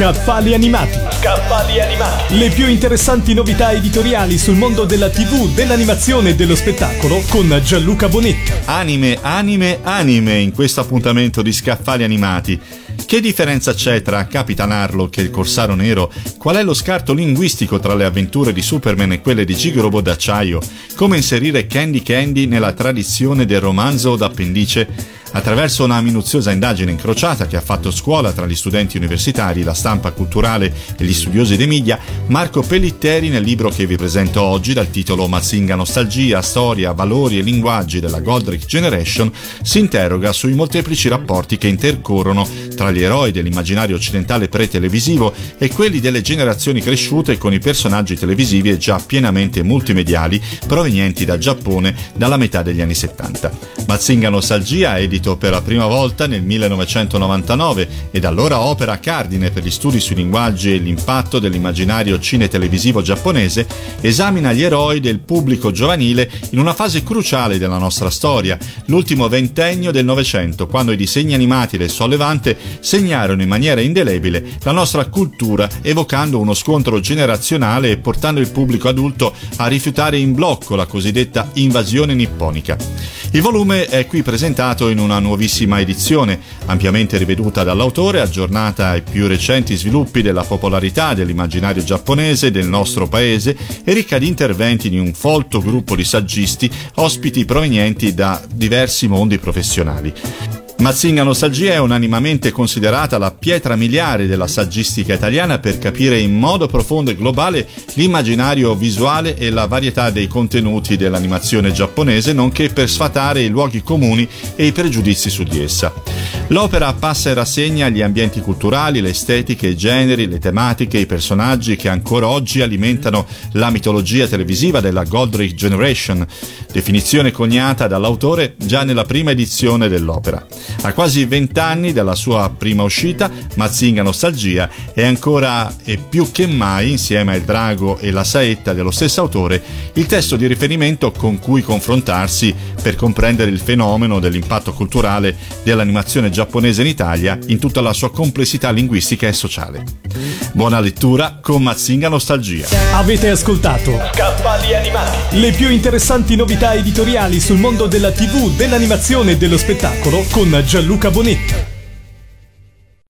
Scaffali animati. Scaffali animati. Le più interessanti novità editoriali sul mondo della TV, dell'animazione e dello spettacolo con Gianluca Bonetti. Anime in questo appuntamento di Scaffali animati. Che differenza c'è tra Capitan Harlock e il Corsaro Nero? Qual è lo scarto linguistico tra le avventure di Superman e quelle di Giga Robot d'acciaio? Come inserire Candy Candy nella tradizione del romanzo d'appendice? Attraverso una minuziosa indagine incrociata che ha fatto scuola tra gli studenti universitari, la stampa culturale e gli studiosi dei media, Marco Pellitteri, nel libro che vi presento oggi dal titolo Mazinga Nostalgia, storia, valori e linguaggi della Goldrake Generation, si interroga sui molteplici rapporti che intercorrono tra gli eroi dell'immaginario occidentale pre-televisivo e quelli delle generazioni cresciute con i personaggi televisivi e già pienamente multimediali provenienti dal Giappone dalla metà degli anni 70. Mazinga Nostalgia, edito per la prima volta nel 1999 e da allora opera cardine per gli studi sui linguaggi e l'impatto dell'immaginario cinetelevisivo giapponese, esamina gli eroi del pubblico giovanile in una fase cruciale della nostra storia, l'ultimo ventennio del Novecento, quando i disegni animati del Sol Levante segnarono in maniera indelebile la nostra cultura, evocando uno scontro generazionale e portando il pubblico adulto a rifiutare in blocco la cosiddetta invasione nipponica. Il volume è qui presentato in una nuovissima edizione, ampiamente riveduta dall'autore, aggiornata ai più recenti sviluppi della popolarità dell'immaginario giapponese del nostro paese e ricca di interventi di un folto gruppo di saggisti, ospiti provenienti da diversi mondi professionali. Mazinga Nostalgia è unanimamente considerata la pietra miliare della saggistica italiana per capire in modo profondo e globale l'immaginario visuale e la varietà dei contenuti dell'animazione giapponese, nonché per sfatare i luoghi comuni e i pregiudizi su di essa. L'opera passa in rassegna gli ambienti culturali, le estetiche, i generi, le tematiche, i personaggi che ancora oggi alimentano la mitologia televisiva della Goldrake Generation, definizione coniata dall'autore già nella prima edizione dell'opera. A quasi 20 anni dalla sua prima uscita, Mazinga Nostalgia è ancora e più che mai, insieme al Drago e la Saetta dello stesso autore, il testo di riferimento con cui confrontarsi per comprendere il fenomeno dell'impatto culturale dell'animazione giapponese in Italia in tutta la sua complessità linguistica e sociale. Buona lettura con Mazinga Nostalgia. Avete ascoltato Scaffali animati. Le più interessanti novità editoriali sul mondo della TV, dell'animazione e dello spettacolo con Gianluca Bonetti.